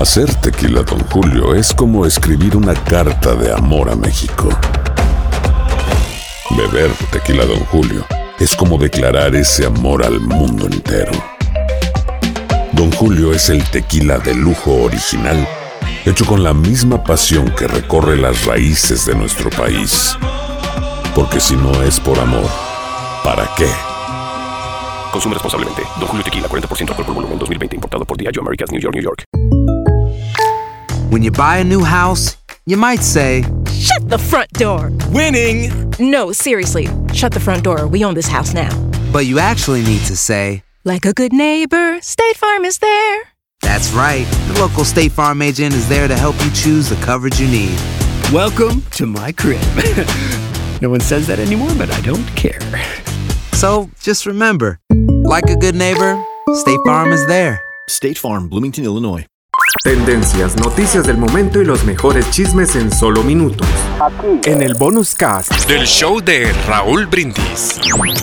Hacer tequila Don Julio es como escribir una carta de amor a México. Beber tequila Don Julio es como declarar ese amor al mundo entero. Don Julio es el tequila de lujo original, hecho con la misma pasión que recorre las raíces de nuestro país. Porque si no es por amor, ¿para qué? Consume responsablemente. Don Julio Tequila, 40% alcohol por volumen, 2020. Importado por Diageo Americas, New York, New York. When you buy a new house, you might say, "Shut the front door." Winning! No, seriously. Shut the front door. We own this house now. but you actually need to say, like a good neighbor, State Farm is there. That's right. The local State Farm agent is there to help you choose the coverage you need. Welcome to my crib. No one says that anymore, but I don't care. So just remember, like a good neighbor, State Farm is there. State Farm, Bloomington, Illinois. Tendencias, noticias del momento y los mejores chismes en solo minutos. Aquí, en el Bonus Cast del show de Raúl Brindis.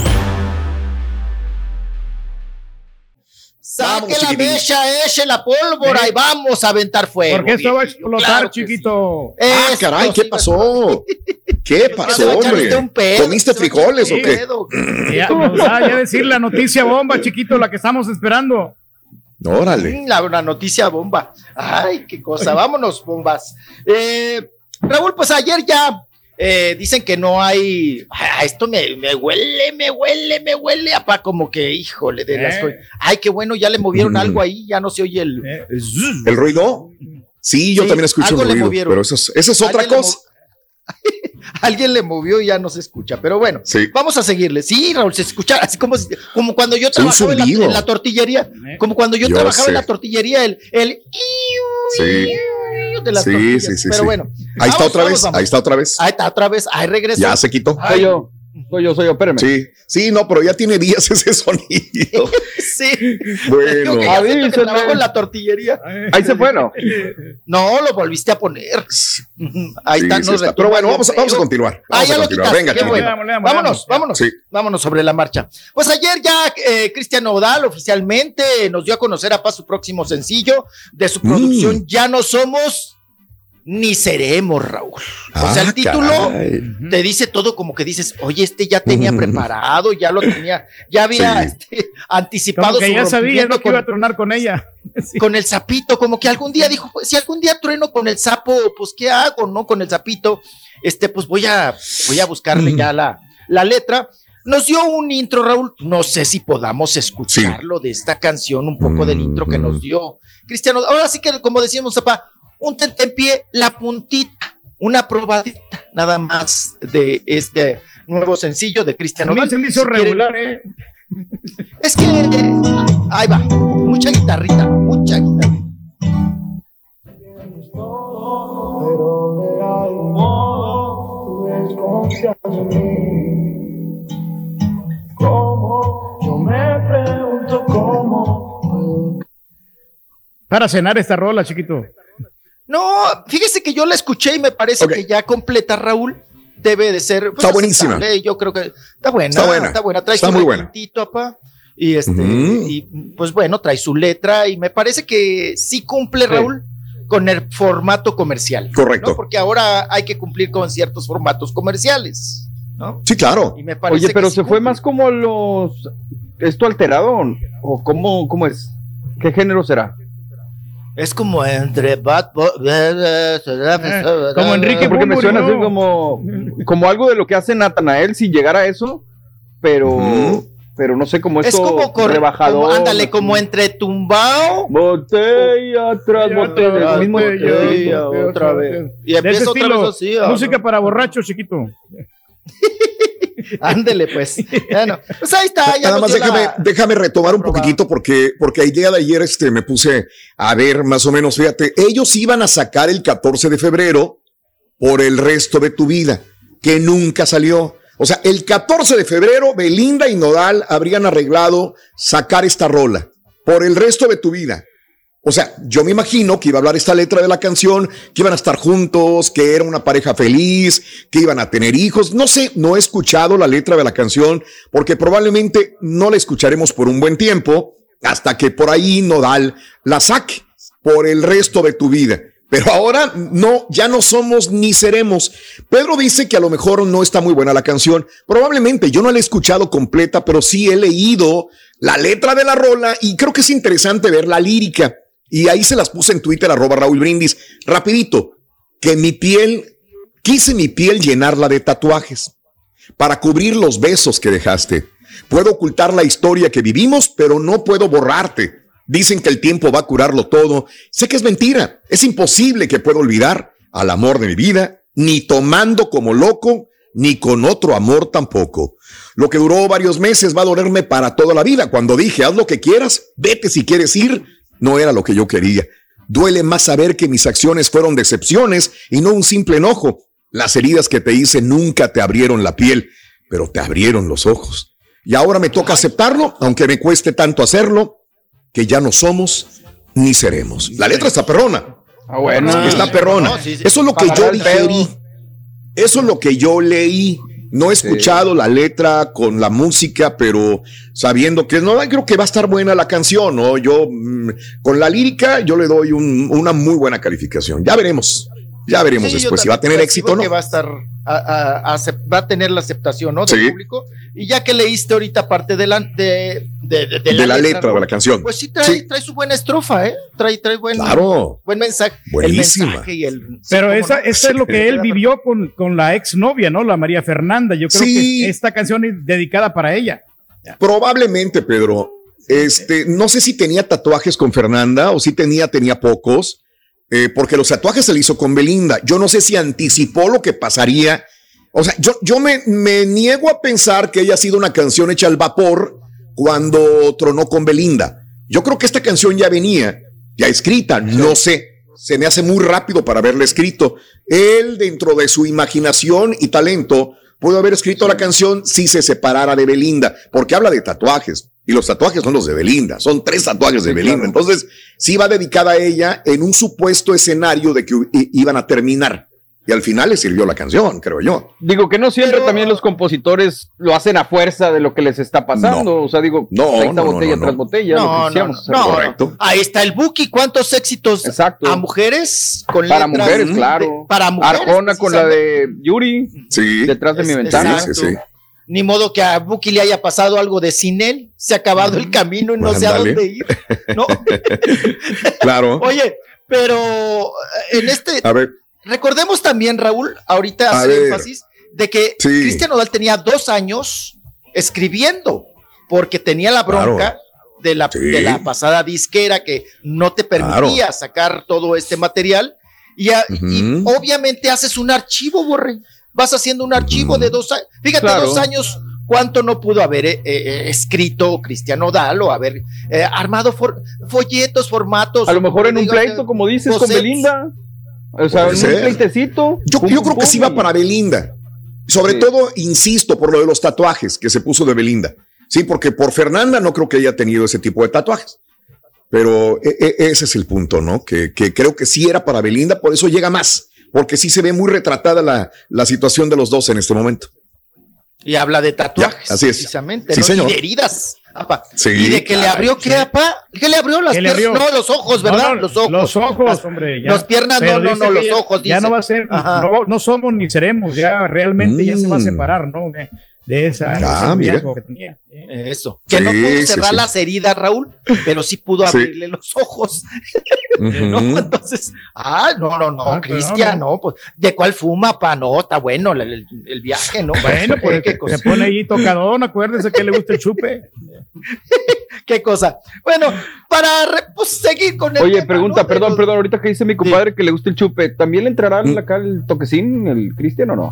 Saque la mecha, eche la pólvora y vamos a aventar fuego. Porque esto va a explotar, claro, chiquito. Ah, caray, ¿qué pasó? ¿Qué pasó, hombre? ¿Comiste frijoles o qué? Ya decir la noticia bomba, chiquito, la que estamos esperando. Órale. La noticia bomba. Ay, qué cosa. Vámonos, bombas. Raúl, pues ayer ya dicen que no hay. Esto me huele, apá, como que, híjole, de las cosas. Ay, qué bueno, ya le movieron algo ahí, ya no se oye ¿El ruido? Sí, yo también escucho un ruido, pero esa es otra cosa. Alguien le movió y ya no se escucha, pero bueno, vamos a seguirle. Sí, Raúl, se escucha así como cuando yo trabajaba en la tortillería, como cuando yo trabajaba en la tortillería, el de las tortillas. Pero bueno, ahí está otra vez, ahí está otra vez, ahí regresó. Ya se quitó. Soy yo, espérame. Sí, no, pero ya tiene días ese sonido. Sí. Bueno. Que trabajo en la tortillería. Ahí se fue, ¿no? No, lo volviste a poner. Ahí está. Sí está. Pero bueno, vamos a continuar. Ya lo quitaste. Venga, bueno. Vámonos. Sí. Vámonos sobre la marcha. Pues ayer ya Cristian Nodal oficialmente nos dio a conocer a su próximo sencillo de su producción Ya no somos ni seremos, Raúl. O sea, el título te dice todo, como que dices, oye, ya tenía preparado, ya lo tenía, ya había anticipado. Como que ya sabía lo que iba a tronar con ella. Con el sapito, como que algún día dijo, pues, si algún día trueno con el sapo, pues, ¿qué hago, no? Con el sapito, pues voy a buscarle ya la letra. Nos dio un intro, Raúl, no sé si podamos escucharlo de esta canción, un poco del intro que nos dio Cristiano. Ahora sí que, como decíamos, papá, un tentempié, la puntita, una probadita, nada más de este nuevo sencillo de Cristian Nodal. A mí se me hizo regular, Es que, ahí va, mucha guitarrita. Para cenar esta rola, chiquito. No, fíjese que yo la escuché y me parece que ya completa, Raúl, debe de ser. Pues, está buenísima. Yo creo que está buena. Trae está su muy buena. Apá, y pues bueno, trae su letra y me parece que sí cumple, Raúl, con el formato comercial. Correcto. ¿no? Porque ahora hay que cumplir con ciertos formatos comerciales, ¿no? Sí, claro. Y me parece Oye, pero que se fue más como ¿esto alterado o cómo es? ¿Qué género será? Es como entre como Enrique, porque me suena así como algo de lo que hace Natanael sin llegar a eso, pero no sé cómo es como rebajador. Ándale, como entre tumbao, botella tras botella, botella otra vez. Y empieza otra vez así. Música para borrachos, chiquito. Ándele, pues. Bueno, pues ahí está. Nada más déjame retomar un poquitito porque el día de ayer me puse a ver más o menos, fíjate, ellos iban a sacar el 14 de febrero Por el Resto de Tu Vida, que nunca salió. O sea, el 14 de febrero Belinda y Nodal habrían arreglado sacar esta rola, Por el Resto de Tu Vida. O sea, yo me imagino que iba a hablar esta letra de la canción, que iban a estar juntos, que era una pareja feliz, que iban a tener hijos. No sé, no he escuchado la letra de la canción porque probablemente no la escucharemos por un buen tiempo hasta que por ahí Nodal la saque. por el resto de tu vida. Pero ahora no, ya no somos ni seremos. Pedro dice que a lo mejor no está muy buena la canción. Probablemente, yo no la he escuchado completa, pero sí he leído la letra de la rola y creo que es interesante ver la lírica. Y ahí se las puse en Twitter, @RaúlBrindis. Rapidito, que quise mi piel llenarla de tatuajes para cubrir los besos que dejaste. Puedo ocultar la historia que vivimos, pero no puedo borrarte. Dicen que el tiempo va a curarlo todo. Sé que es mentira. Es imposible que pueda olvidar al amor de mi vida, ni tomando como loco, ni con otro amor tampoco. Lo que duró varios meses va a dolerme para toda la vida. Cuando dije, haz lo que quieras, vete si quieres ir, no era lo que yo quería. Duele más saber que mis acciones fueron decepciones y no un simple enojo. Las heridas que te hice nunca te abrieron la piel, pero te abrieron los ojos. Y ahora me toca aceptarlo, aunque me cueste tanto hacerlo, que ya no somos ni seremos. La letra está perrona. Bueno. Está perrona. No, sí. Eso es lo que yo digerí. Eso es lo que yo leí. No he escuchado la letra con la música, pero sabiendo que no, creo que va a estar buena la canción, ¿no? Yo, con la lírica, yo le doy una muy buena calificación. Ya veremos después si va a tener éxito o no. Que va a estar, va a tener la aceptación, ¿no? Del público. Y ya que leíste ahorita parte de la letra de la canción. Pues sí trae su buena estrofa, ¿eh? Trae buen mensaje. Buenísima. Pero esa es lo que él vivió con la exnovia, ¿no? La María Fernanda. Yo creo que esta canción es dedicada para ella. Probablemente, Pedro. No sé si tenía tatuajes con Fernanda o si tenía pocos. Porque los tatuajes se le hizo con Belinda. Yo no sé si anticipó lo que pasaría. O sea, yo me niego a pensar que haya sido una canción hecha al vapor cuando tronó con Belinda. Yo creo que esta canción ya venía, ya escrita, no sé. Se me hace muy rápido para haberla escrito. Él, dentro de su imaginación y talento, pudo haber escrito la canción si se separara de Belinda, porque habla de tatuajes. Y los tatuajes son los de Belinda, son 3 tatuajes de Belinda. Claro. Entonces, sí va dedicada a ella en un supuesto escenario de que iban a terminar. Y al final le sirvió la canción, creo yo. Digo que no siempre también los compositores lo hacen a fuerza de lo que les está pasando. No. O sea, digo, botella tras botella. No, correcto. Ahí está el Buki. ¿Cuántos éxitos a mujeres? Para mujeres, claro. Para mujeres. Arjona con la de Yuri. Sí. Detrás de mi ventana. Sí. Ni modo que a Buki le haya pasado algo de sin él, se ha acabado el camino y no sé a dónde ir, ¿no? Claro. Oye, pero a ver. Recordemos también, Raúl, ahorita hacer énfasis de que Cristian Nodal tenía 2 años escribiendo, porque tenía la bronca de la pasada disquera que no te permitía sacar todo este material, y obviamente haces un archivo, Borre. Vas haciendo un archivo de 2 años. Fíjate, 2 años, ¿cuánto no pudo haber escrito Cristian Nodal o haber armado folletos, formatos? A lo mejor en un pleito, como dices, con Belinda. O sea, en un pleitecito. Yo creo que sí va para Belinda. Sobre todo, insisto, por lo de los tatuajes que se puso de Belinda. Sí, porque por Fernanda no creo que haya tenido ese tipo de tatuajes. Pero ese es el punto, ¿no? Que creo que sí era para Belinda, por eso llega más. Porque sí se ve muy retratada la situación de los dos en este momento. Y habla de tatuajes, así es. precisamente, sí, ¿no? señor. Y de heridas. Sí, y de que le abrió, ¿qué, apa? ¿Qué le abrió? Las piernas, no, los ojos, ¿verdad? No, los ojos. Los ojos, hombre. Las piernas, no, los ojos. Ya no va a ser, no somos ni seremos, ya realmente ya se va a separar, ¿no? De esa mira. que tenía. Eso. Que no pudo cerrar las heridas, Raúl, pero sí pudo abrirle los ojos. ¿No? Entonces, Cristian, no, pues, ¿de cuál fuma, pa? No, está bueno el viaje, ¿no? Bueno, pues se pone ahí tocadón, acuérdese que le gusta el chupe. Qué cosa. Bueno, para seguir con el tema, pregunta, ¿no? perdón, ahorita que dice mi compadre que le gusta el chupe, ¿también le entrará acá el toquecín, el Cristian o no?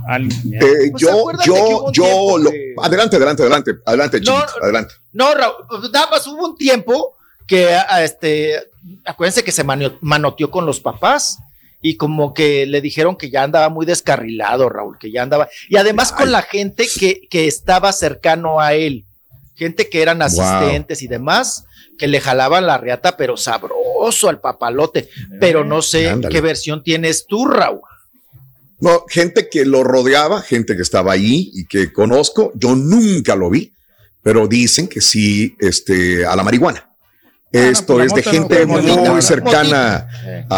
Adelante, chiquito, adelante. No, Raúl, nada más hubo un tiempo que, acuérdense que se manoteó con los papás y como que le dijeron que ya andaba muy descarrilado, Raúl, que ya andaba, y además con la gente que estaba cercano a él, gente que eran asistentes y demás, que le jalaban la riata, pero sabroso al papalote, pero no sé qué versión tienes tú, Raúl. No, gente que lo rodeaba, gente que estaba ahí y que conozco, yo nunca lo vi, pero dicen que sí, a la marihuana, Esto es de gente muy cercana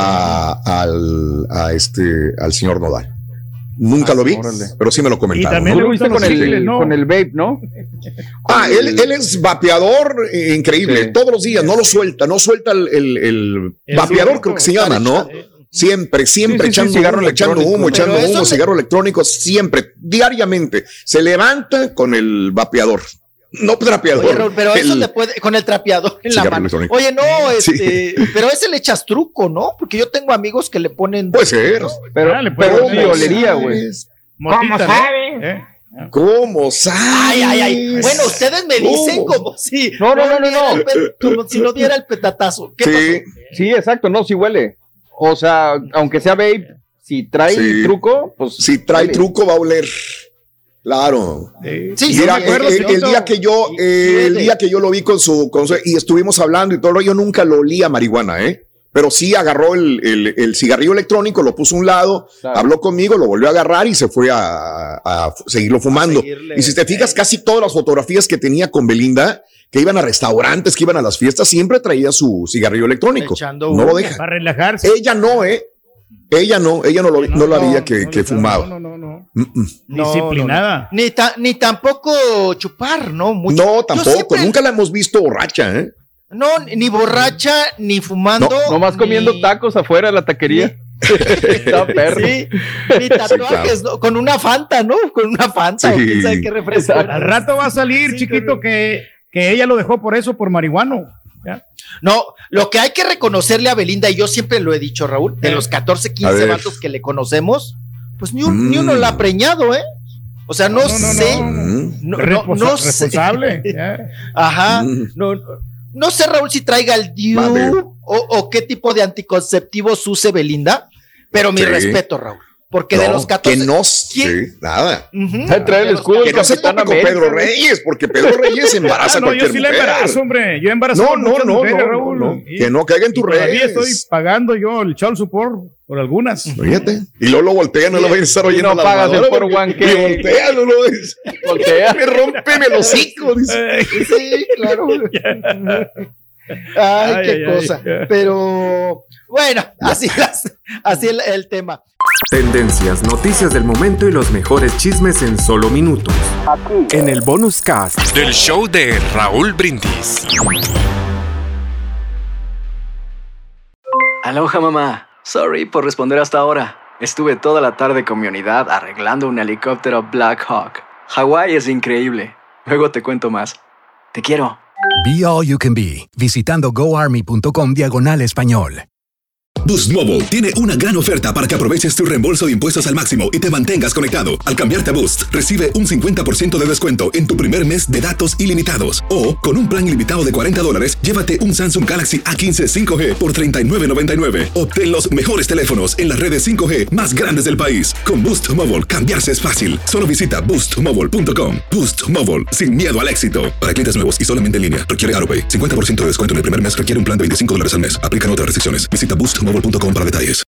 al señor Nodal. Nunca lo vi, pero sí me lo comentaron. Y también lo viste con el vape, ¿no? Él es vapeador increíble. Sí. Todos los días, no suelta el vapeador, creo que se llama, ¿no? Siempre echando humo, cigarro electrónico, siempre, diariamente. Se levanta con el vapeador. No trapeador. Oye, pero eso le puede, con el trapeador en la mano. Oye, no, pero ese le echas truco, ¿no? Porque yo tengo amigos que le ponen. Puede ser. Pero sí, olería, güey. ¿Cómo sabe? ¿Cómo sabe? Ay. Bueno, ustedes me dicen como si. No. Como si no diera el petatazo. ¿Qué pasó? Sí, exacto, no, sí huele. O sea, aunque sea vape, si trae truco, pues. Si trae truco, va a oler. Claro. Sí, mira, el día que yo lo vi con su y estuvimos hablando y todo, yo nunca lo olía marihuana, pero sí agarró el cigarrillo electrónico, lo puso a un lado, habló conmigo, lo volvió a agarrar y se fue a seguirlo fumando. Y si te fijas, casi todas las fotografías que tenía con Belinda, que iban a restaurantes, que iban a las fiestas, siempre traía su cigarrillo electrónico. No lo deja. Para relajarse. Ella no la veía que fumaba. No. Disciplinada. Ni tampoco chupar, ¿no? Mucho. No, tampoco. Nunca la hemos visto borracha, No, ni borracha, ni fumando. Nomás comiendo tacos afuera de la taquería. Está perro. Sí, ni tatuajes, ¿no? Con una Fanta, ¿no? Con una Fanta, o quién sabe qué refresco. Al rato va a salir, chiquito, que ella lo dejó por eso, por marihuano. ¿Ya? No, lo que hay que reconocerle a Belinda, y yo siempre lo he dicho, Raúl, de los 14, 15 vatos que le conocemos, pues ni uno la ha preñado, O sea, no sé. No sé. Responsable. Ajá. No sé, Raúl, si traiga el DIU o qué tipo de anticonceptivos use Belinda, pero mi respeto, Raúl. Porque de los 14... Que no sé, nada. Trae el escudo que no se tope con Pedro Reyes, porque Pedro Reyes embaraza a cualquier mujer. Yo sí la embarazo, hombre. Yo embarazo a muchas mujeres, Raúl. No. Que no caiga en tus redes. Todavía estoy pagando yo el child support por algunas. Fíjate. Y luego lo voltea, no lo vayan a estar oyendo. No pagas el por one. Y voltea, no lo ves. Voltea. Me rómpeme el hocico, dice. Sí, claro. Ay, qué cosa. Pero bueno, así el tema. Tendencias, noticias del momento y los mejores chismes en solo minutos. Aquí. En el Bonus Cast del show de Raúl Brindis. Aloha, mamá. Sorry por responder hasta ahora. Estuve toda la tarde con mi unidad arreglando un helicóptero Black Hawk. Hawái es increíble. Luego te cuento más. Te quiero. Be All You Can Be, visitando goarmy.com/español. Boost Mobile tiene una gran oferta para que aproveches tu reembolso de impuestos al máximo y te mantengas conectado. Al cambiarte a Boost, recibe un 50% de descuento en tu primer mes de datos ilimitados. O, con un plan ilimitado de $40, llévate un Samsung Galaxy A15 5G por $39.99. Obtén los mejores teléfonos en las redes 5G más grandes del país. Con Boost Mobile, cambiarse es fácil. Solo visita boostmobile.com. Boost Mobile, sin miedo al éxito. Para clientes nuevos y solamente en línea, requiere AutoPay. 50% de descuento en el primer mes requiere un plan de $25 al mes. Aplican otras restricciones. Visita boostmobile.com para detalles.